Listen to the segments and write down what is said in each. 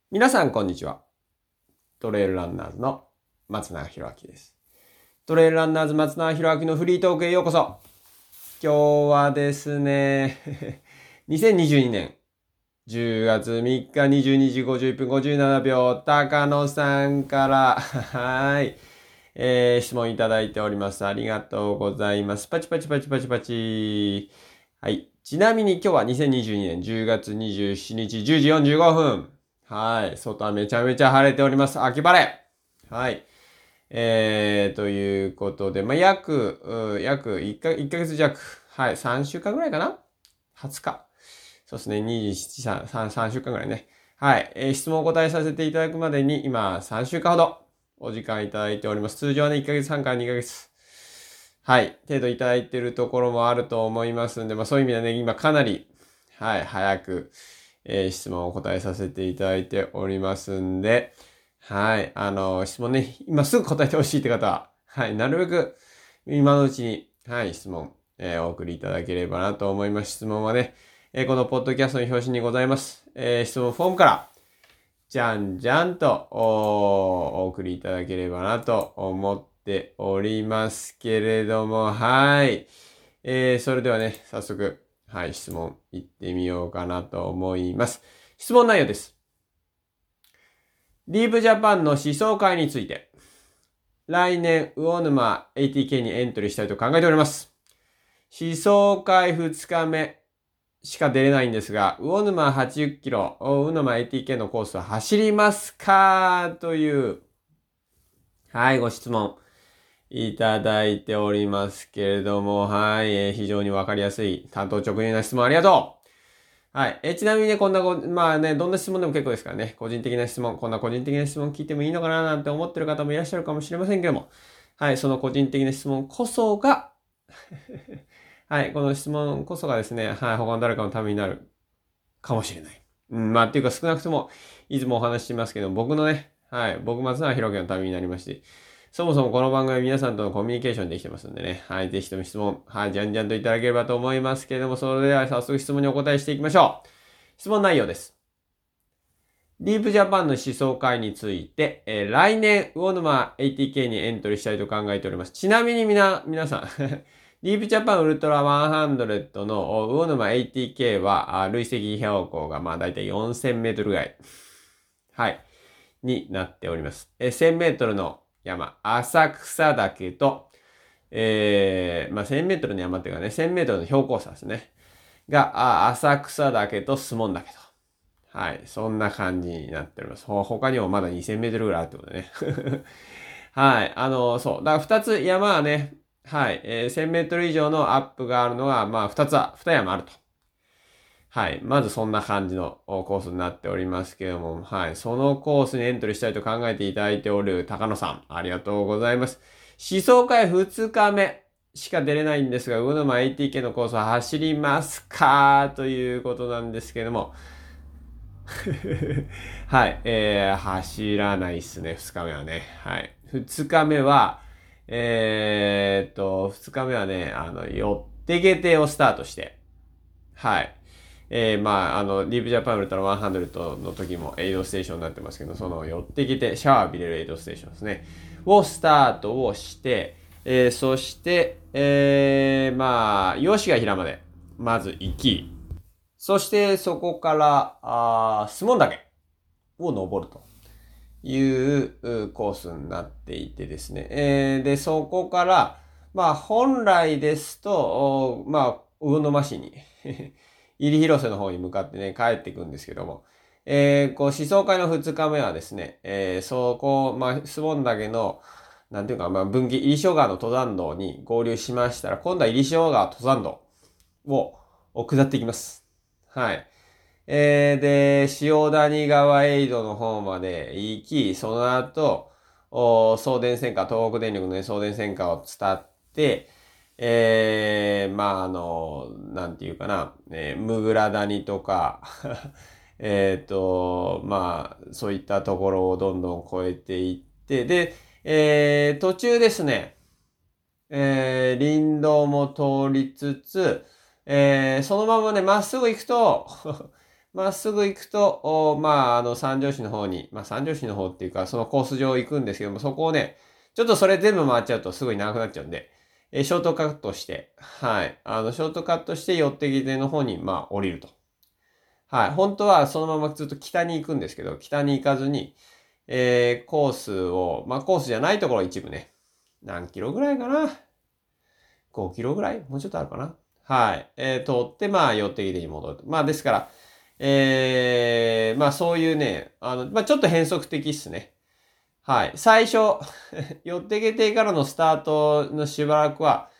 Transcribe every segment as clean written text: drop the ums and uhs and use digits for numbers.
皆さんこんにちは。トレイルランナーズの松永博明です。トレイルランナーズ松永博明のフリートークへようこそ。今日はですね、2022年10月3日22時51分57秒、高野さんからはい、質問いただいております。ありがとうございます。パチパチパチパチパチ。はい。ちなみに今日は2022年10月27日10時45分。はい。外はめちゃめちゃ晴れております。秋晴れ。はい。ということで、約1ヶ月弱。はい。3週間ぐらいかな ?20 日。そうですね。27、3週間ぐらいね。はい。質問をお答えさせていただくまでに、今、3週間ほどお時間いただいております。通常はね、1ヶ月半から2ヶ月。はい。程度いただいているところもあると思いますんで、そういう意味でね、今かなり、はい、早く、質問をお答えさせていただいておりますんで、はい。質問ね、今すぐ答えてほしいって方は、はい。なるべく、今のうちに、はい、質問、お送りいただければなと思います。質問はね、このポッドキャストの表紙にございます。質問フォームから、じゃんじゃんとお送りいただければなと思っておりますけれども、はい。それではね、早速、はい、質問いってみようかなと思います。質問内容です。ディープジャパンの思想会について、来年、魚沼 ATK にエントリーしたいと考えております。思想会2日目しか出れないんですが、魚沼80キロ、魚沼 ATK のコースを走りますかという、はい、ご質問いただいておりますけれども、はい、非常にわかりやすい、担当直入な質問ありがとう。はい。ちなみにね、こんなどんな質問でも結構ですからね、個人的な質問、こんな個人的な質問聞いてもいいのかななんて思ってる方もいらっしゃるかもしれませんけども、はい、その個人的な質問こそがはい、この質問こそがですね、はい、他の誰かのためになるかもしれない。っていうか少なくとも、いつもお話ししてますけど、僕のね、はい、僕松永弘樹のためになりまして、そもそもこの番組は皆さんとのコミュニケーションできてますんでね、はい、ぜひとも質問、はい、じゃんじゃんといただければと思いますけれども、それでは早速質問にお答えしていきましょう。質問内容です。ディープジャパンの思想会について、来年、魚沼 ATK にエントリーしたいと考えております。ちなみに皆さんディープジャパンウルトラ100の魚沼 ATK は、累積標高がだいたい4000メートルぐらい。はい。になっております。1000メートルの山、浅草岳と、1000メートルの山っていうかね、1000メートルの標高差ですね。が、浅草岳とスモン岳と。はい。そんな感じになっております。他にもまだ2000メートルぐらいあるってことでね。はい。そう。だから2つ山はね、はい。1000メートル以上のアップがあるのが、2山あると。はい。まずそんな感じのコースになっておりますけども、はい。そのコースにエントリーしたいと考えていただいておる高野さん、ありがとうございます。思想会2日目しか出れないんですが、魚沼 ATK のコースは走りますかということなんですけども、はい、走らないっすね、2日目はね。はい。2日目は、2日目はね、よってけてをスタートして、はい。ディープジャパンウルトラ100の時もエイドステーションになってますけど、その寄ってきてシャワー浴びれるエイドステーションですね。をスタートをして、そして、吉ヶ平まで、まず行き、そしてそこから、スモン岳を登るというコースになっていてですね。で、そこから、本来ですと、魚沼市に入広瀬の方に向かってね、帰っていくんですけども、思想会の2日目はですね、そこ、スモン岳の、なんていうか、分岐、入塩川の登山道に合流しましたら、今度は入塩川登山道を下っていきます。はい。で、塩谷川エイドの方まで行き、その後、送電線火、東北電力の、ね、送電線火を伝って、なんていうかな、むぐら谷とかそういったところをどんどん越えていって、で、途中ですね、林道も通りつつ、そのままね、まっすぐ行くとまっすぐ行くと、三条市の方に、三条市の方っていうか、そのコース上行くんですけども、そこをね、ちょっとそれ全部回っちゃうとすごい長くなっちゃうんで、ショートカットして、はい。ショートカットして寄ってきての方に、降りると。はい。本当はそのままずっと北に行くんですけど、北に行かずに、コースを、コースじゃないところ一部ね、何キロぐらいかな ?5 キロぐらいもうちょっとあるかなはい。通って、寄ってきてに戻ると。ですから、そういうね、ちょっと変則的っすね。はい。最初、寄ってけてからのスタートのしばらくは、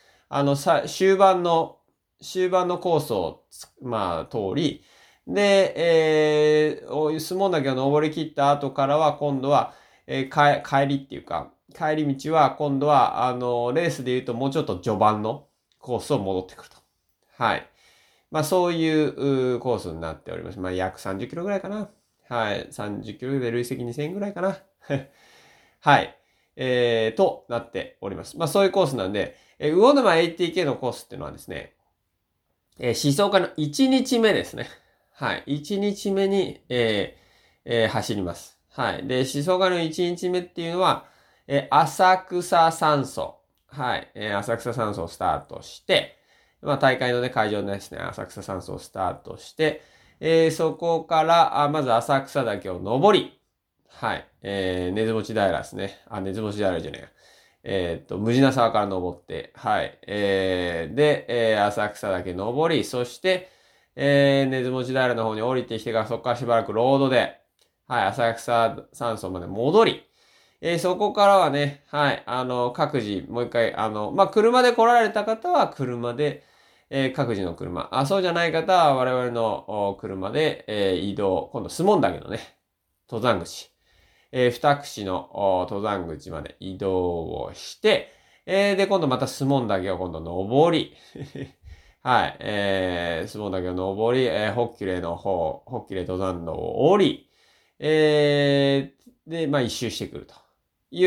終盤のコースを、通り、で、相撲岳を登り切った後からは、今度は、帰りっていうか、帰り道は、今度は、レースで言うともうちょっと序盤のコースを戻ってくると。はい。そういうコースになっております。約30キロぐらいかな。はい。30キロで累積2000ぐらいかな。はい。となっております。そういうコースなんで、魚沼 ATK のコースっていうのはですね、思想家の1日目ですね。はい。1日目に、走ります。はい。で、思想家の1日目っていうのは、浅草山荘。はい。浅草山荘をスタートして、大会のね、会場ですね、浅草山荘をスタートして、そこから、まず浅草岳を登り、はい。根津持平ですね。根津持平じゃねえや。無地な沢から登って、はい。浅草岳登り、そして、根津持平の方に降りてきてから、そこからしばらくロードで、はい、浅草山荘まで戻り、そこからはね、はい、各自、もう一回、車で来られた方は車で、各自の車。そうじゃない方は我々の車で、移動。今度、スモン岳のね、登山口。二串の登山口まで移動をして、で、今度またスモン岳を今度登り、はい、スモン岳を登り、ホッキュレの方、ホッキュレ登山道を降り、で、一周してくるという、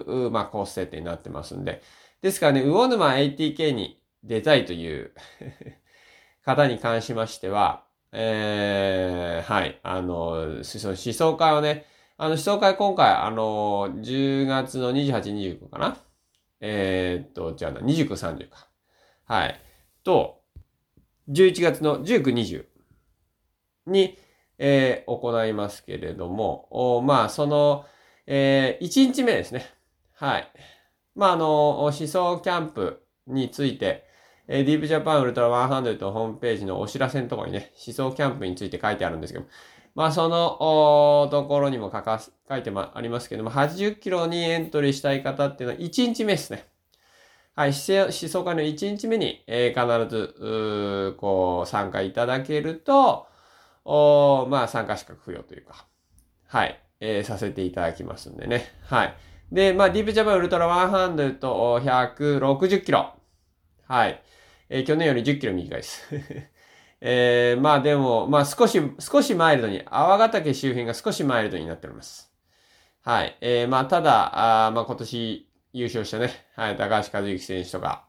コース設定になってますんで。ですからね、魚沼 ATK に出たいという方に関しましては、はい、思想会をね、思想会今回、10月の28、29かなじゃあ29、30か。はい。と、11月の19、20に、行いますけれども、その、1日目ですね。はい。思想キャンプについて、ディープジャパンウルトラ100のホームページのお知らせのところにね、思想キャンプについて書いてあるんですけど、そのところにも書いてありますけども、80キロにエントリーしたい方っていうのは1日目ですね。はい、思想会の1日目に、必ず、参加いただけると、参加資格付与というか、はい、させていただきますんでね。はい。で、ディープジャパンウルトラ100と160キロ。はい。去年より10キロ短いです。でも、少しマイルドに、泡ヶ岳周辺が少しマイルドになっております。はい。ただ、今年優勝したね、はい、高橋和之選手とか、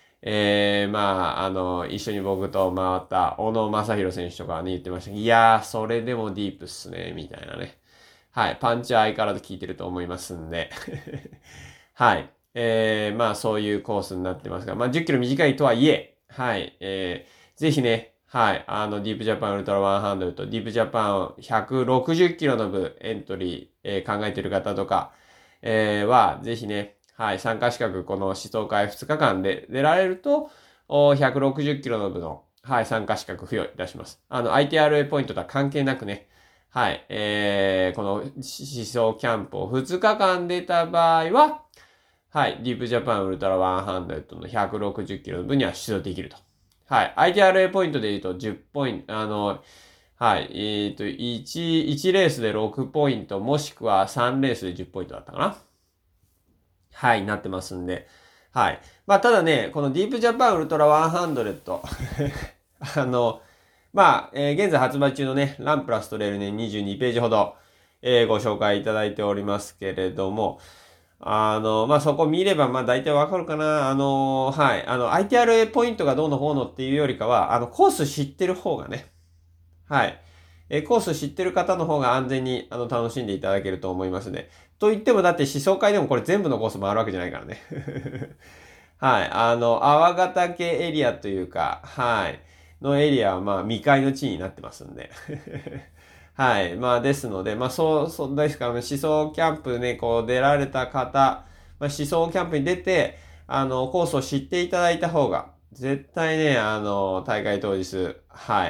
一緒に僕と回った小野正宏選手とかに言ってました。いやー、それでもディープっすね、みたいなね。はい。パンチは相変わらず効いてると思いますんで。はい。そういうコースになってますが、10キロ短いとはいえ、はい。ぜひね、はい。ディープジャパンウルトラ100とディープジャパン160キロの部エントリー、考えている方とか、は、ぜひね、はい。参加資格、この思想会2日間で出られると、160キロの部の、はい、参加資格付与いたします。ITRA ポイントとは関係なくね、はい、この思想キャンプを2日間出た場合は、はい、ディープジャパンウルトラ100の160キロの部には出場できると。はい、ITRA ポイントで言うと10ポイント、はい、1レースで6ポイント、もしくは3レースで10ポイントだったかな。はい、なってますんで。はい。ただね、このディープジャパンウルトラ100現在発売中のね、ランプラストレールね、22ページほど、ご紹介いただいておりますけれども、そこ見れば、大体わかるかな。はい。ITRA ポイントがどうのこうのっていうよりかは、コース知ってる方がね、はい。 コース知ってる方の方が安全に楽しんでいただけると思いますね。と言ってもだって思想会でもこれ全部のコース回るわけじゃないからね。はい。泡ヶ岳エリアというか、はい。のエリアはまあ未開の地になってますんで。はい。まあですので、まあそうですから、思想キャンプね、こう出られた方、まあ、思想キャンプに出て、コースを知っていただいた方が、絶対ね、大会当日、はい、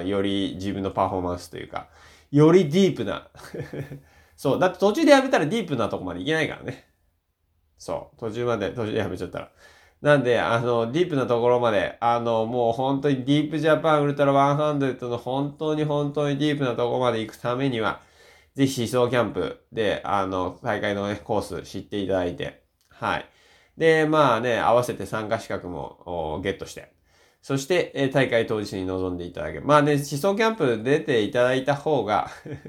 より自分のパフォーマンスというか、よりディープな、そう、だって途中でやめたらディープなとこまでいけないからね。そう、途中でやめちゃったら。なんで、ディープなところまで、もう本当にディープジャパンウルトラ100の本当にディープなところまで行くためには、ぜひ思想キャンプで、大会のね、コース知っていただいて、はい。で、まあね、合わせて参加資格もゲットして、そして、大会当日に臨んでいただける。まあね、思想キャンプ出ていただいた方が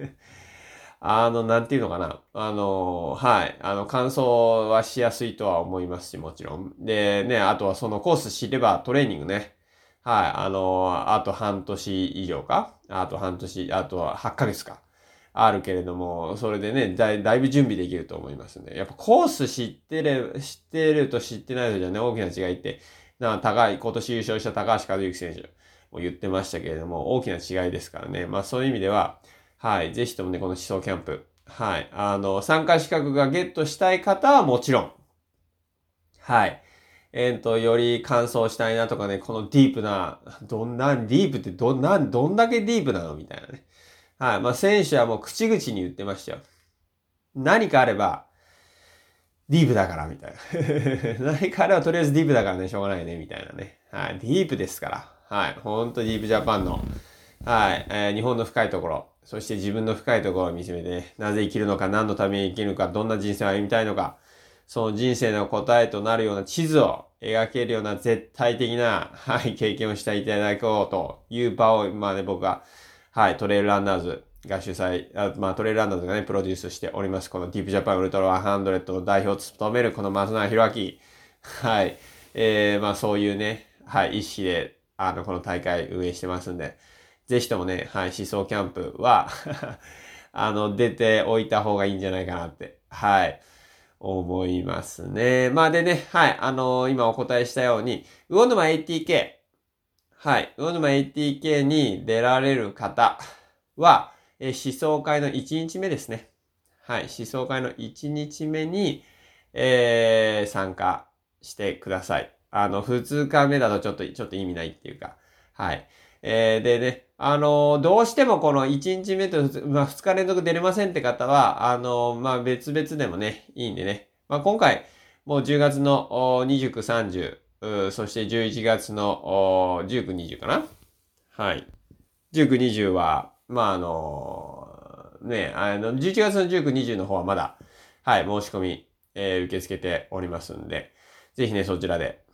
なんていうのかな。はい。完走はしやすいとは思いますし、もちろん。で、ね、あとはそのコース知ればトレーニングね。はい。あと半年以上かあと半年、あとは8ヶ月か。あるけれども、それでね、だいぶ準備できると思いますね。やっぱコース知ってると知ってないとじゃね、大きな違いって、今年優勝した高橋和之選手も言ってましたけれども、大きな違いですからね。まあそういう意味では、はい。ぜひともね、この思想キャンプ。はい。参加資格がゲットしたい方はもちろん。はい。より完走したいなとかね、このディープな、ディープってどんだけディープなのみたいなね。はい。まあ、選手はもう口々に言ってましたよ。何かあれば、ディープだから、みたいな。何かあればとりあえずディープだからね、しょうがないね、みたいなね。はい。ディープですから。はい。ほんとディープジャパンの、はい。日本の深いところ、そして自分の深いところを見つめてね、なぜ生きるのか、何のために生きるのか、どんな人生を歩みたいのか、その人生の答えとなるような地図を描けるような絶対的な、はい、経験をしていただこうという場を、まあね、僕は、はい、トレイルランナーズが主催、まあトレイルランナーズがね、プロデュースしております、このディープジャパンウルトラ100の代表を務めるこの松永博明、はい、まあそういうね、はい、意識で、この大会運営してますんで、ぜひともね、はい、思想キャンプは出ておいた方がいいんじゃないかなって、はい、思いますね。まあでね、はい、今お答えしたように、魚沼 ATK、はい、魚沼 ATK に出られる方は、思想会の1日目ですね。はい、思想会の1日目に、参加してください。2日目だとちょっと意味ないっていうか、はい。でね、どうしてもこの1日目と、まあ、2日連続出れませんって方は、まあ、別々でもね、いいんでね。まあ、今回、もう10月の29、30、そして11月の19、20かな。はい。19、20は、まあ、11月の19、20の方はまだ、はい、申し込み、受け付けておりますんで、ぜひね、そちらで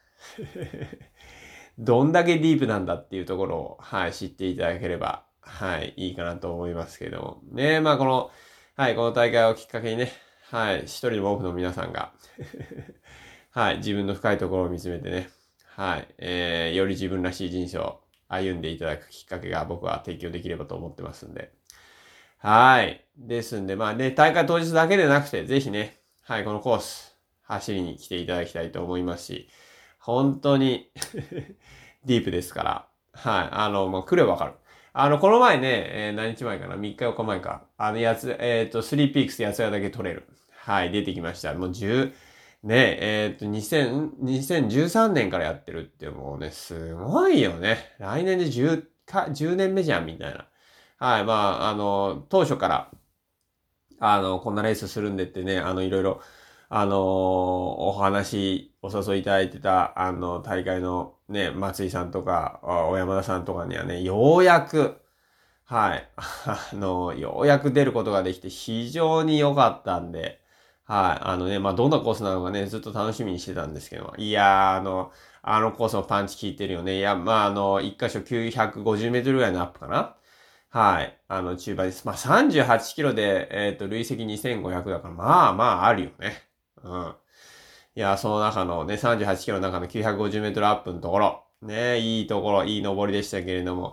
どんだけディープなんだっていうところを、はい、知っていただければ、はい、いいかなと思いますけれども。ね、まあはい、この大会をきっかけにね、はい、一人でも多くの皆さんがはい、自分の深いところを見つめてね、はい、より自分らしい人生を歩んでいただくきっかけが僕は提供できればと思ってますんで。はい。ですんで、まあね、大会当日だけでなくて、ぜひね、はい、このコース、走りに来ていただきたいと思いますし、本当にディープですから、はい、もう来ればわかる。この前ね、何日前かな ?3 日4日前か。スリーピークス八谷だけ取れる。はい、出てきました。もうね、2013年からやってるってもうね、すごいよね。来年で10年目じゃん、みたいな。はい、まあ、当初から、こんなレースするんでってね、いろいろ、お誘いいただいてた、大会のね、松井さんとか、小山田さんとかにはね、ようやく、はい、ようやく出ることができて非常に良かったんで、はい、まあ、どんなコースなのかね、ずっと楽しみにしてたんですけど、いやー、あのコースのパンチ効いてるよね。いや、まあ、一箇所950メートルぐらいのアップかな。はい。中盤です。まあ、38キロで、累積2500だから、まあまああるよね。うん。いや、その中のね、38キロの中の950メートルアップのところ。ね、いいところ、いい登りでしたけれども。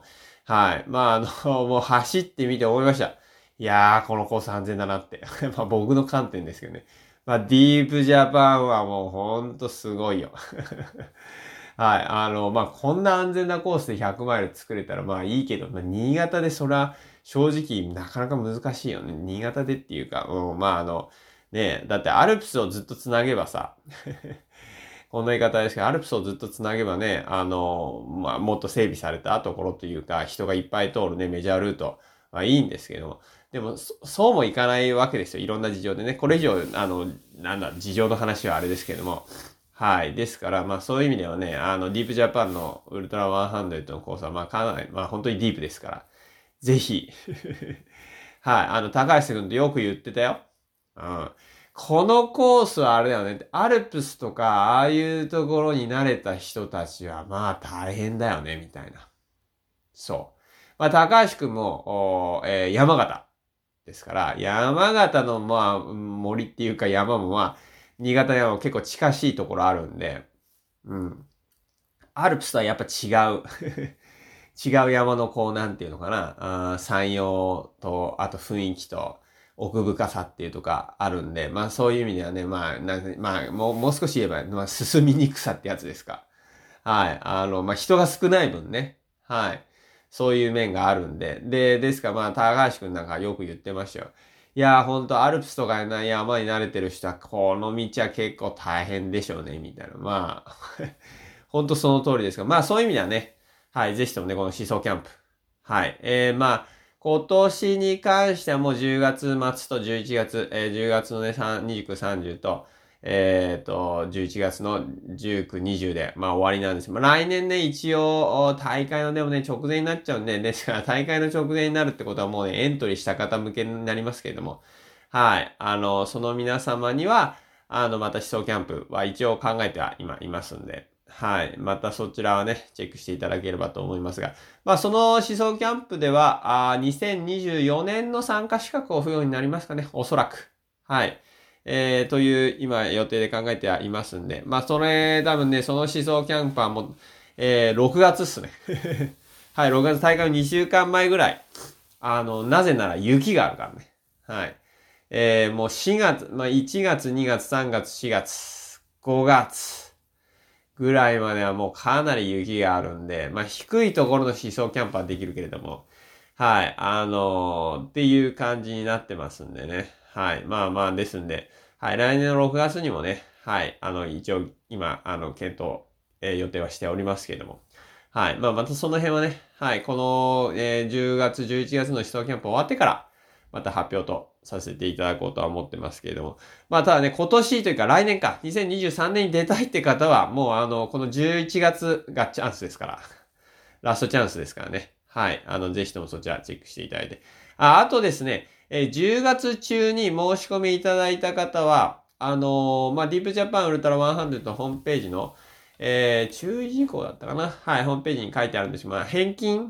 はい。もう走ってみて思いました。いやー、このコース安全だなって。まあ僕の観点ですけどね。まあディープジャパンはもうほんとすごいよ。はい。こんな安全なコースで100マイル作れたらまあいいけど、まあ新潟でそら正直なかなか難しいよね。新潟でっていうか、ねだってアルプスをずっとつなげばさ、こんな言い方ですけど、アルプスをずっとつなげばね、もっと整備されたところというか、人がいっぱい通るね、メジャールートはいいんですけども、でも、そうもいかないわけですよ。いろんな事情でね。これ以上、事情の話はあれですけども。はい。ですから、まあそういう意味ではね、ディープジャパンのウルトラ100のコースは、まあかなり、まあ本当にディープですから、ぜひはい。高橋君とよく言ってたよ。うん。このコースはあれだよね。アルプスとか、ああいうところに慣れた人たちは、まあ大変だよね、みたいな。そう。まあ、高橋くんも、山形ですから、山形の、まあ、森っていうか山もまあ、新潟山も結構近しいところあるんで、うん。アルプスとはやっぱ違う。違う山のこう、なんていうのかな、山陽と、あと雰囲気と、奥深さっていうとかあるんで、まあそういう意味ではね、もう少し言えば、まあ進みにくさってやつですか。はい。人が少ない分ね。はい。そういう面があるんで。ですから、まあ、高橋くんなんかよく言ってましたよ。いやー、ほんと、アルプスとか山に慣れてる人は、この道は結構大変でしょうね、みたいな。まあ、ほんとその通りですが、まあ、そういう意味ではね、はい、ぜひともね、この思想キャンプ。はい。今年に関してはもう10月末と11月、10月のね、29、30と、11月の19、20で、まあ終わりなんです。まあ来年ね、一応、大会のでもね、直前になっちゃうんで、ですから大会の直前になるってことはもうね、エントリーした方向けになりますけれども、はい。その皆様には、また思想キャンプは一応考えては今いますんで、はい。またそちらはね、チェックしていただければと思いますが、まあその思想キャンプでは、2024年の参加資格を付与になりますかね、おそらく。はい。という今予定で考えてはいますんで、まあそれ多分ね、その思想キャンパーも、6月っすね。はい、6月大会の2週間前ぐらい。なぜなら雪があるからね。はい。もう4月、まあ1月、2月、3月、4月、5月ぐらいまではもうかなり雪があるんで、まあ低いところの思想キャンパーできるけれども、はい、っていう感じになってますんでね。はい、まあまあですんで、はい、来年の6月にもね、はい、一応今、検討、予定はしておりますけれども、はい、まあまたその辺はね、はい、この、10月、11月の思想キャンプ終わってから、また発表とさせていただこうとは思ってますけれども。まあただね、今年というか来年か、2023年に出たいって方は、もうこの11月がチャンスですから。ラストチャンスですからね。はい。ぜひともそちらチェックしていただいて。あとですね、10月中に申し込みいただいた方は、ディープジャパンウルトラ100のホームページの、注意事項だったかな。はい、ホームページに書いてあるんですけど、まあ、返金、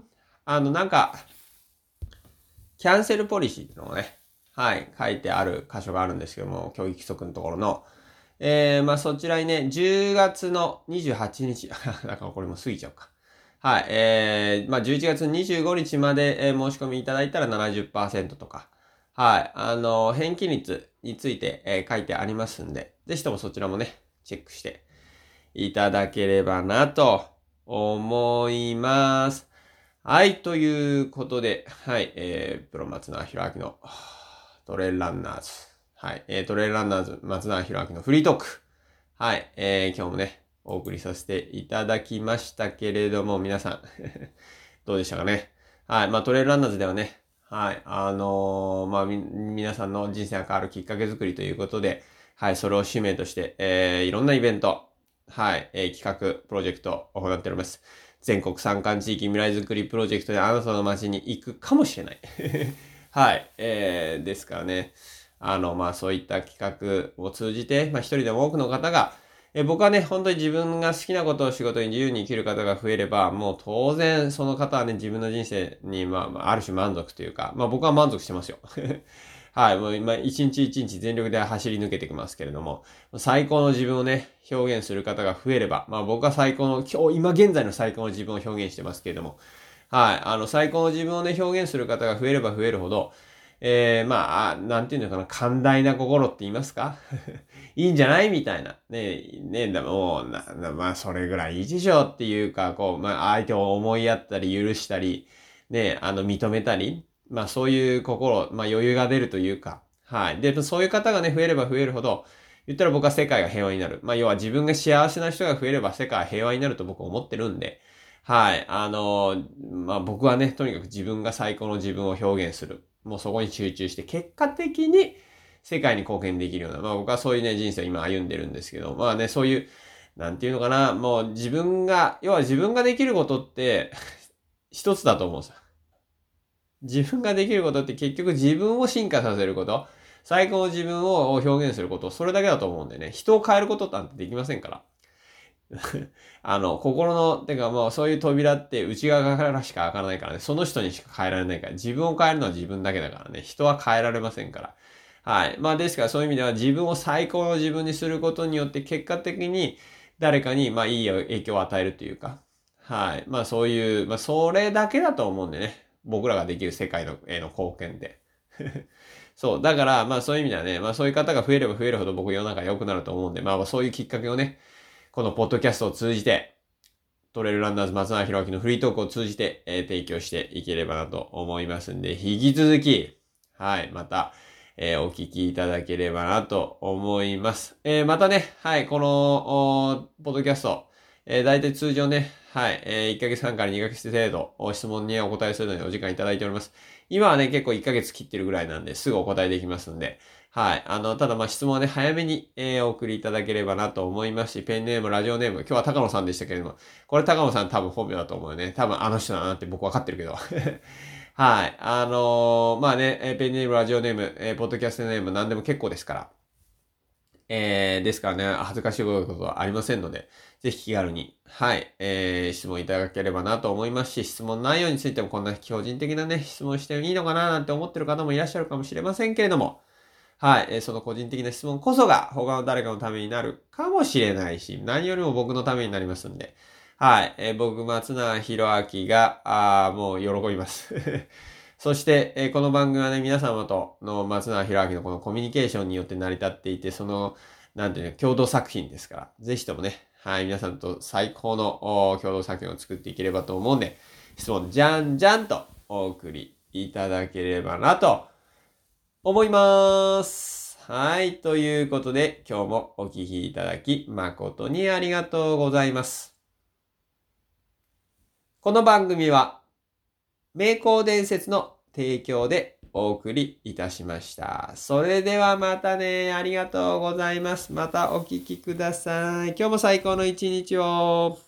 キャンセルポリシーっていうのがね、はい、書いてある箇所があるんですけども、競技規則のところの、そちらにね、10月の28日、だからこれも過ぎちゃうか。はい。11月25日まで、申し込みいただいたら70%とか。はい。返金率について、書いてありますんで、ぜひともそちらもね、チェックしていただければなと思います。はい。ということで、はい。プロ松永博明のトレイルランナーズ。はい。トレイルランナーズ松永博明のフリートーク。はい。今日もね、お送りさせていただきましたけれども、皆さんどうでしたかね。はい。まあ、トレイルランナーズではね、はい。皆さんの人生が変わるきっかけ作りということで、はい。それを使命として、いろんなイベント、はい。企画、プロジェクトを行っております。全国山間地域未来づくりプロジェクトであなたの街に行くかもしれない。はい。ですからね。そういった企画を通じて、一人でも多くの方が、僕はね、本当に自分が好きなことを仕事に自由に生きる方が増えれば、もう当然その方はね、自分の人生に、ある種満足というか、僕は満足してますよ。はい、もう今、一日一日全力で走り抜けてきますけれども、最高の自分をね、表現する方が増えれば、僕は今現在の最高の自分を表現してますけれども、 はい。最高の自分をね、表現する方が増えれば増えるほど、なんていうのかな、寛大な心って言いますかいいんじゃないみたいな。もう、まあ、それぐらいいいでしょっていうか、相手を思いやったり、許したり、認めたり、まあ、そういう心、まあ、余裕が出るというか、はい。で、そういう方がね、増えれば増えるほど、言ったら僕は世界が平和になる。まあ、要は自分が幸せな人が増えれば世界は平和になると僕は思ってるんで、はい。僕はね、とにかく自分が最高の自分を表現する。もうそこに集中して、結果的に世界に貢献できるような、まあ僕はそういうね、人生を今歩んでるんですけど、まあね、そういう、なんていうのかな、もう要は自分ができることって一つだと思うんですよ。自分ができることって結局自分を進化させること、最高の自分を表現すること、それだけだと思うんでね、人を変えることなんてできませんから。心の、てかもうそういう扉って内側からしか開かないからね、その人にしか変えられないから、自分を変えるのは自分だけだからね、人は変えられませんから。はい。まあですからそういう意味では自分を最高の自分にすることによって結果的に誰かにいい影響を与えるというか、はい。まあそういう、それだけだと思うんでね、僕らができる世界のへの貢献で。そう。だから、そういう意味ではね、そういう方が増えれば増えるほど僕世の中良くなると思うんで、そういうきっかけをね、このポッドキャストを通じて、トレイルランナーズ松永博明のフリートークを通じて、提供していければなと思いますんで、引き続き、はい、また、お聞きいただければなと思います。またね、はい、この、ポッドキャスト、大体通常ね、はい、1ヶ月半から2ヶ月程度、質問にお答えするのにお時間いただいております。今はね、結構1ヶ月切ってるぐらいなんで、すぐお答えできますんで、はい。ただ質問はね、早めに、お送りいただければなと思いますし、ペンネーム、ラジオネーム、今日は高野さんでしたけれども、これ高野さん多分本名だと思うよね。多分あの人だなって僕分かってるけど。はい。ペンネーム、ラジオネーム、ポッドキャストネーム、何でも結構ですから。ですからね、恥ずかしいことはありませんので、ぜひ気軽に、はい、質問いただければなと思いますし、質問内容についてもこんな標準的なね、質問していいのかななんて思ってる方もいらっしゃるかもしれませんけれども、はい、その個人的な質問こそが他の誰かのためになるかもしれないし、何よりも僕のためになりますんで、はい、僕、松永博明が、もう喜びます。そして、この番組はね、皆様との松永博明のこのコミュニケーションによって成り立っていて、なんていうの、共同作品ですから、ぜひともね、はい、皆さんと最高の共同作品を作っていければと思うんで、質問じゃんじゃんとお送りいただければなと思います。はい。ということで、今日もお聞きいただき誠にありがとうございます。この番組は、名工伝説の提供でお送りいたしました。それではまたね。ありがとうございます。またお聞きください。今日も最高の一日を。